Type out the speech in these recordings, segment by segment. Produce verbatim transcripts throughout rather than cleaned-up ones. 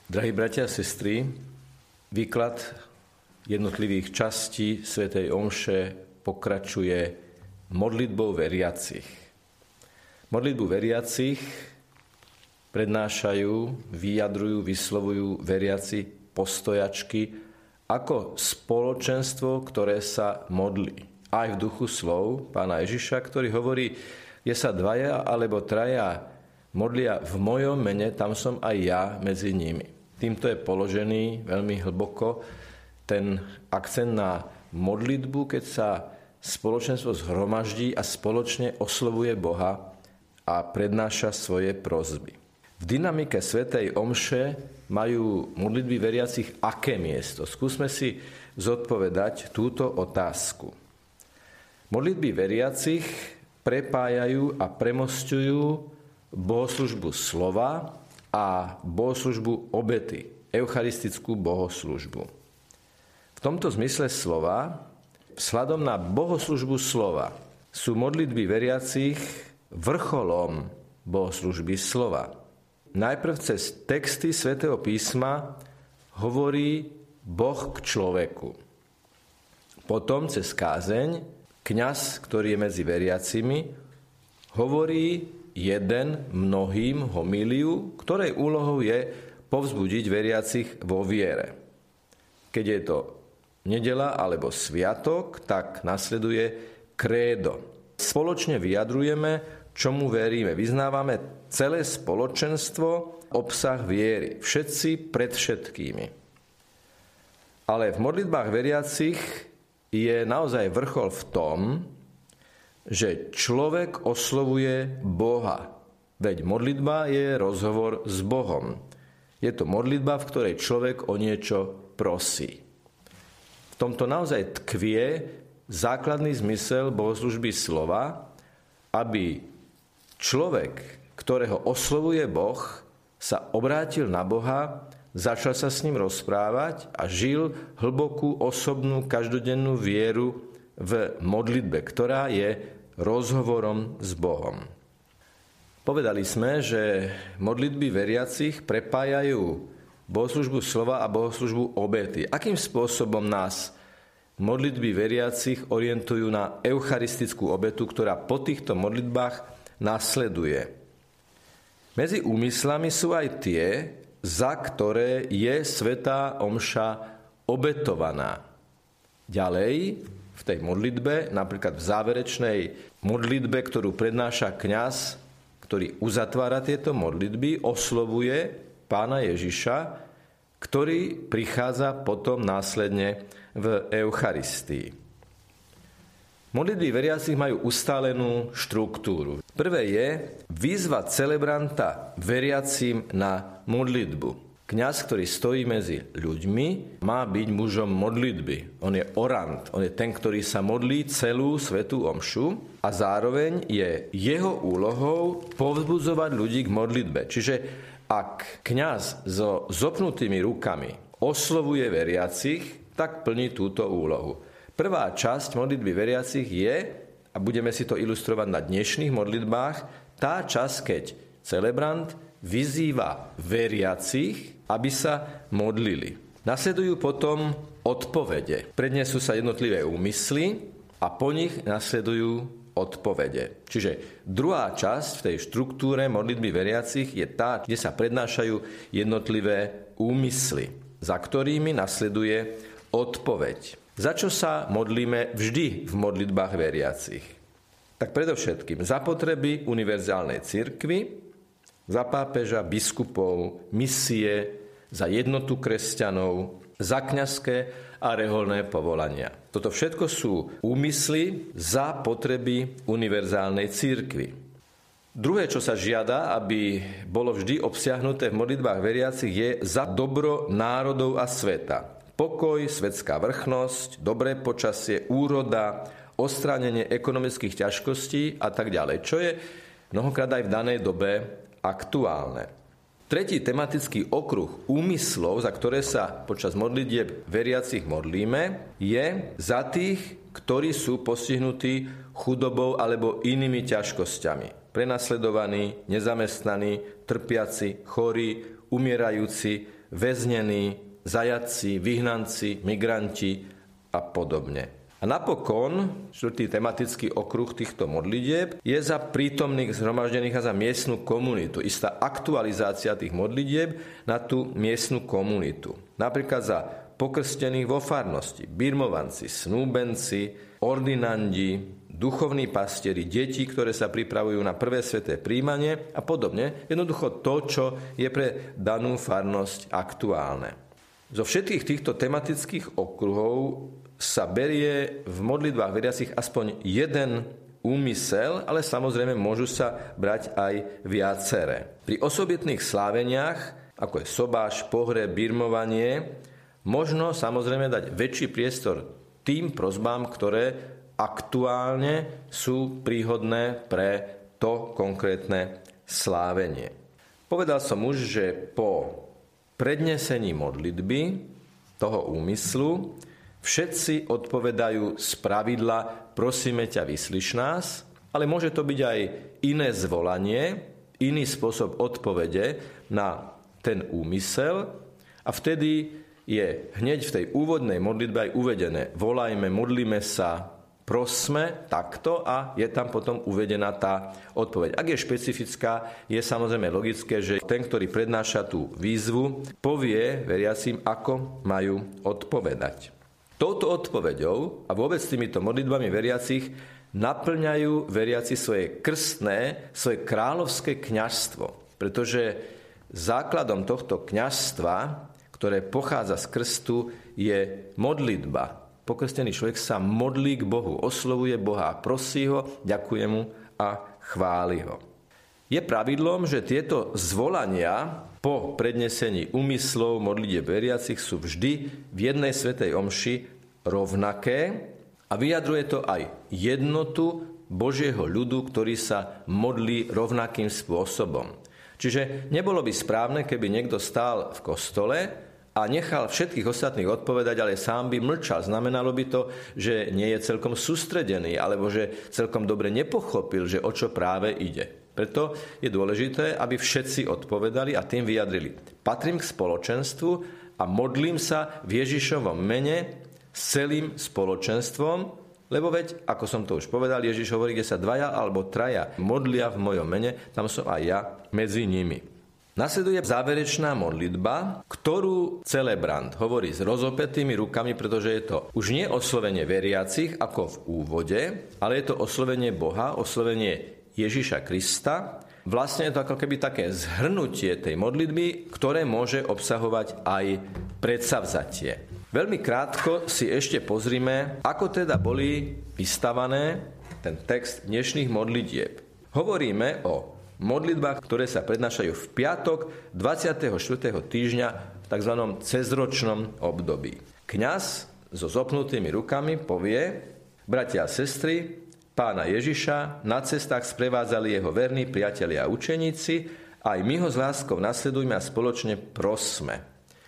Drahí bratia a sestry, výklad jednotlivých častí svätej omše pokračuje modlitbou veriacich. Modlitbu veriacich prednášajú, vyjadrujú, vyslovujú veriaci postojačky ako spoločenstvo, ktoré sa modlí. Aj v duchu slov pána Ježiša, ktorý hovorí, je sa dvaja alebo traja modlia v mojom mene, tam som aj ja medzi nimi. Týmto je položený veľmi hlboko ten akcent na modlitbu, keď sa spoločenstvo zhromaždí a spoločne oslovuje Boha a prednáša svoje prosby. V dynamike svätej omše majú modlitby veriacich aké miesto? Skúsme si zodpovedať túto otázku. Modlitby veriacich prepájajú a premosťujú bohoslužbu slova a bohoslužbu obety, eucharistickú bohoslužbu. V tomto zmysle slova, vzhľadom na bohoslužbu slova, sú modlitby veriacich vrcholom bohoslužby slova. Najprv cez texty svätého písma hovorí Boh k človeku. Potom cez kázeň kňaz, ktorý je medzi veriacimi, hovorí jeden mnohým homíliu, ktorej úlohou je povzbudiť veriacich vo viere. Keď je to nedeľa alebo sviatok, tak nasleduje krédo. Spoločne vyjadrujeme, čomu veríme. Vyznávame celé spoločenstvo, obsah viery. Všetci pred všetkými. Ale v modlitbách veriacich je naozaj vrchol v tom, že človek oslovuje Boha. Veď modlitba je rozhovor s Bohom. Je to modlitba, v ktorej človek o niečo prosí. V tomto naozaj tkvie základný zmysel bohoslužby slova, aby človek, ktorého oslovuje Boh, sa obrátil na Boha, začal sa s ním rozprávať a žil hlbokú osobnú každodennú vieru v modlitbe, ktorá je rozhovorom s Bohom. Povedali sme, že modlitby veriacich prepájajú bohoslužbu slova a bohoslužbu obety. Akým spôsobom nás modlitby veriacich orientujú na eucharistickú obetu, ktorá po týchto modlitbách nasleduje? Medzi úmyslami sú aj tie, za ktoré je svätá omša obetovaná. Ďalej, v tej modlitbe, napríklad v záverečnej modlitbe, ktorú prednáša kňaz, ktorý uzatvára tieto modlitby, oslovuje pána Ježiša, ktorý prichádza potom následne v Eucharistii. Modlitby veriacich majú ustálenú štruktúru. Prvé je vyzvať celebranta veriacim na modlitbu. Kňaz, ktorý stojí medzi ľuďmi, má byť mužom modlitby. On je orant, on je ten, ktorý sa modlí celú svätú omšu a zároveň je jeho úlohou povzbudzovať ľudí k modlitbe. Čiže ak kňaz so zopnutými rukami oslovuje veriacich, tak plní túto úlohu. Prvá časť modlitby veriacich je, a budeme si to ilustrovať na dnešných modlitbách, tá časť, keď celebrant vyzýva veriacich, aby sa modlili. Nasledujú potom odpovede. Prednesú sa jednotlivé úmysly a po nich nasledujú odpovede. Čiže druhá časť v tej štruktúre modlitby veriacich je tá, kde sa prednášajú jednotlivé úmysly, za ktorými nasleduje odpoveď. Za čo sa modlíme vždy v modlitbách veriacich? Tak predovšetkým za potreby univerzálnej cirkvi, za pápeža, biskupov, misie, za jednotu kresťanov, za kňazské a reholné povolania. Toto všetko sú úmysly za potreby univerzálnej cirkvi. Druhé, čo sa žiada, aby bolo vždy obsiahnuté v modlitbách veriacich, je za dobro národov a sveta. Pokoj, svetská vrchnosť, dobré počasie, úroda, odstránenie ekonomických ťažkostí a tak ďalej, čo je mnohokrát aj v danej dobe aktuálne. Tretí tematický okruh úmyslov, za ktoré sa počas modlitieb veriacich modlíme, je za tých, ktorí sú postihnutí chudobou alebo inými ťažkosťami. Prenasledovaní, nezamestnaní, trpiaci, chorí, umierajúci väznení, zajatci, vyhnanci, migranti a podobne. A napokon, štvrtý tematický okruh týchto modlitieb je za prítomných zhromaždených a za miestnu komunitu. Istá aktualizácia tých modlitieb na tú miestnu komunitu. Napríklad za pokrstených vo farnosti, birmovanci, snúbenci, ordinandi, duchovní pastieri, deti, ktoré sa pripravujú na prvé sväté príjmanie a podobne. Jednoducho to, čo je pre danú farnosť aktuálne. Zo všetkých týchto tematických okruhov sa berie v modlitbách veriacich aspoň jeden úmysel, ale samozrejme môžu sa brať aj viaceré. Pri osobitných sláveniach, ako je sobáš, pohreb, birmovanie, možno samozrejme dať väčší priestor tým prosbám, ktoré aktuálne sú príhodné pre to konkrétne slávenie. Povedal som už, že po prednesení modlitby toho úmyslu všetci odpovedajú spravidla prosíme ťa, vyslíš nás, ale môže to byť aj iné zvolanie, iný spôsob odpovede na ten úmysel a vtedy je hneď v tej úvodnej modlitbe aj uvedené volajme, modlíme sa, prosme takto a je tam potom uvedená tá odpoveď. Ak je špecifická, je samozrejme logické, že ten, ktorý prednáša tú výzvu, povie veriacim, ako majú odpovedať. Touto odpoveďou a vôbec týmito modlitbami veriacich naplňajú veriaci svoje krstné, svoje kráľovské kňazstvo. Pretože základom tohto kňazstva, ktoré pochádza z krstu, je modlitba. Pokrstený človek sa modlí k Bohu, oslovuje Boha a prosí ho, ďakuje mu a chváli ho. Je pravidlom, že tieto zvolania po prednesení úmyslov modlitieb veriacich sú vždy v jednej svätej omši rovnaké a vyjadruje to aj jednotu Božieho ľudu, ktorý sa modlí rovnakým spôsobom. Čiže nebolo by správne, keby niekto stál v kostole a nechal všetkých ostatných odpovedať, ale sám by mlčal. Znamenalo by to, že nie je celkom sústredený, alebo že celkom dobre nepochopil, že o čo práve ide. Preto je dôležité, aby všetci odpovedali a tým vyjadrili. Patrím k spoločenstvu a modlím sa v Ježišovom mene s celým spoločenstvom, lebo veď, ako som to už povedal, Ježiš hovorí, kde sa dvaja alebo traja modlia v mojom mene, tam som aj ja medzi nimi. Nasleduje záverečná modlitba, ktorú celebrant hovorí s rozopätými rukami, pretože je to už nie oslovenie veriacich ako v úvode, ale je to oslovenie Boha, oslovenie Ježiša Krista. Vlastne je to ako keby také zhrnutie tej modlitby, ktoré môže obsahovať aj predsavzatie. Veľmi krátko si ešte pozrime, ako teda boli vystavané ten text dnešných modlitieb. Hovoríme o modlitbách, ktoré sa prednášajú v piatok dvadsiateho štvrtého týždňa v tzv. Cezročnom období. Kňaz so zopnutými rukami povie: bratia a sestry, Pána Ježiša na cestách sprevádzali jeho verní priatelia a učeníci, aj my ho s láskou nasledujme a spoločne prosme.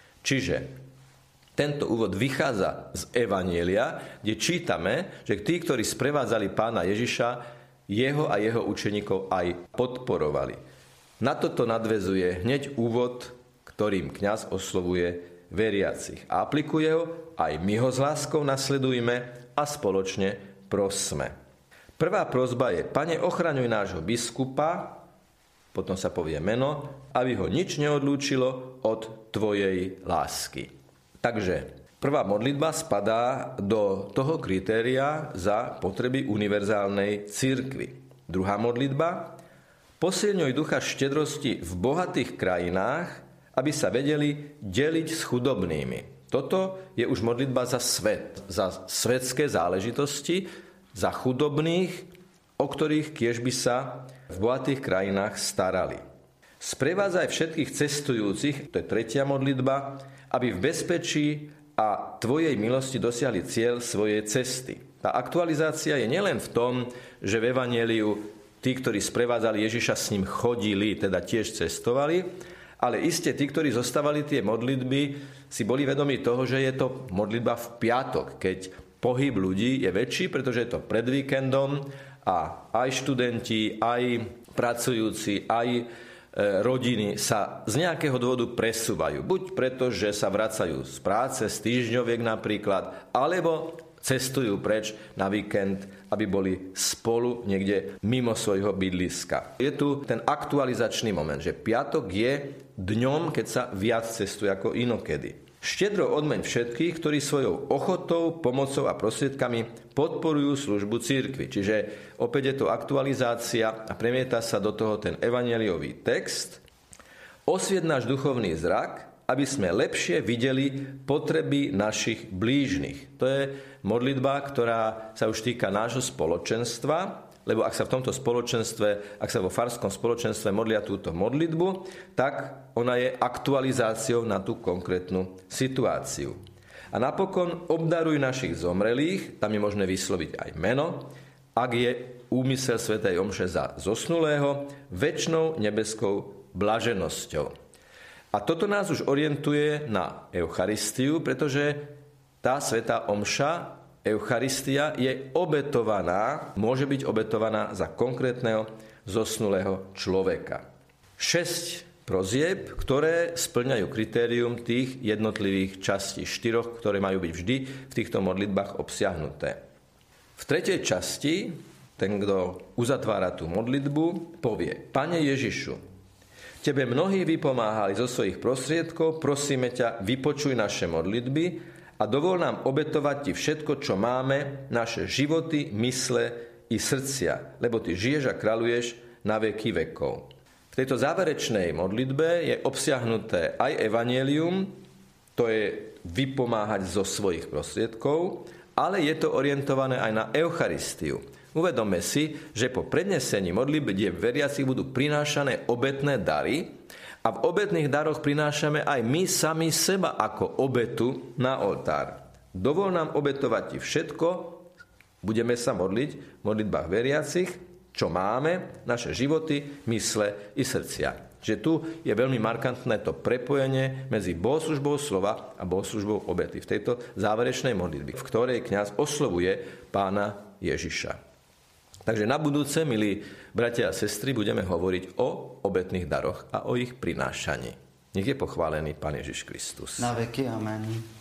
Čiže tento úvod vychádza z Evanjelia, kde čítame, že tí, ktorí sprevádzali Pána Ježiša, jeho a jeho učeníkov aj podporovali. Na toto nadväzuje hneď úvod, ktorým kňaz oslovuje veriacich. A aplikuje ho, aj my ho s láskou nasledujme a spoločne prosme. Prvá prosba je: Pane, ochraňuj nášho biskupa, potom sa povie meno, aby ho nič neodlúčilo od tvojej lásky. Takže prvá modlitba spadá do toho kritéria za potreby univerzálnej cirkvi. Druhá modlitba: posilňuj ducha štedrosti v bohatých krajinách, aby sa vedeli deliť s chudobnými. Toto je už modlitba za svet, za svetské záležitosti, za chudobných, o ktorých kiež by sa v bohatých krajinách starali. Sprevádzaj všetkých cestujúcich, to je tretia modlitba, aby v bezpečí a tvojej milosti dosiahli cieľ svojej cesty. Tá aktualizácia je nielen v tom, že v Evanjeliu tí, ktorí sprevádzali Ježiša, s ním chodili, teda tiež cestovali, ale iste tí, ktorí zostávali tie modlitby, si boli vedomi toho, že je to modlitba v piatok, keď pohyb ľudí je väčší, pretože je to pred víkendom a aj študenti, aj pracujúci, aj rodiny sa z nejakého dôvodu presúvajú. Buď preto, že sa vracajú z práce, z týždňoviek napríklad, alebo cestujú preč na víkend, aby boli spolu niekde mimo svojho bydliska. Je tu ten aktualizačný moment, že piatok je dňom, keď sa viac cestuje ako inokedy. Štedro odmeň všetkých, ktorí svojou ochotou, pomocou a prostriedkami podporujú službu cirkvi. Čiže opäť je to aktualizácia a premieta sa do toho ten evanjeliový text. Osviet náš duchovný zrak, aby sme lepšie videli potreby našich blížnych. To je modlitba, ktorá sa už týka nášho spoločenstva, lebo ak sa v tomto spoločenstve, ak sa vo farskom spoločenstve modlia túto modlitbu, tak ona je aktualizáciou na tú konkrétnu situáciu. A napokon obdaruj našich zomrelých, tam je možné vysloviť aj meno, ak je úmysel svätej omše za zosnulého, večnou nebeskou blaženosťou. A toto nás už orientuje na Eucharistiu, pretože tá svätá omša, Eucharistia, je obetovaná, môže byť obetovaná za konkrétneho zosnulého človeka. Šesť prozieb, ktoré spĺňajú kritérium tých jednotlivých častí, štyroch, ktoré majú byť vždy v týchto modlitbách obsiahnuté. V tretej časti ten, kto uzatvára tú modlitbu, povie: Pane Ježišu, Tebe mnohí vypomáhali zo svojich prostriedkov, prosíme ťa, vypočuj naše modlitby a dovol nám obetovať Ti všetko, čo máme, naše životy, mysle i srdcia, lebo Ty žiješ a kráľuješ na veky vekov. V tejto záverečnej modlitbe je obsiahnuté aj evanjelium, to je vypomáhať zo svojich prostriedkov, ale je to orientované aj na Eucharistiu. Uvedomme si, že po prednesení modlitieb veriacich budú prinášané obetné dary, a v obetných daroch prinášame aj my sami seba ako obetu na oltár. Dovol nám obetovať Ti všetko, budeme sa modliť v modlitbách veriacich, čo máme, naše životy, mysle i srdcia. Že tu je veľmi markantné to prepojenie medzi bohoslužbou slova a bohoslužbou obety. V tejto záverečnej modlitbe, v ktorej kňaz oslovuje Pána Ježiša. Takže na budúce, milí bratia a sestry, budeme hovoriť o obetných daroch a o ich prinášaní. Nech je pochválený Pán Ježiš Kristus. Na veky, amen.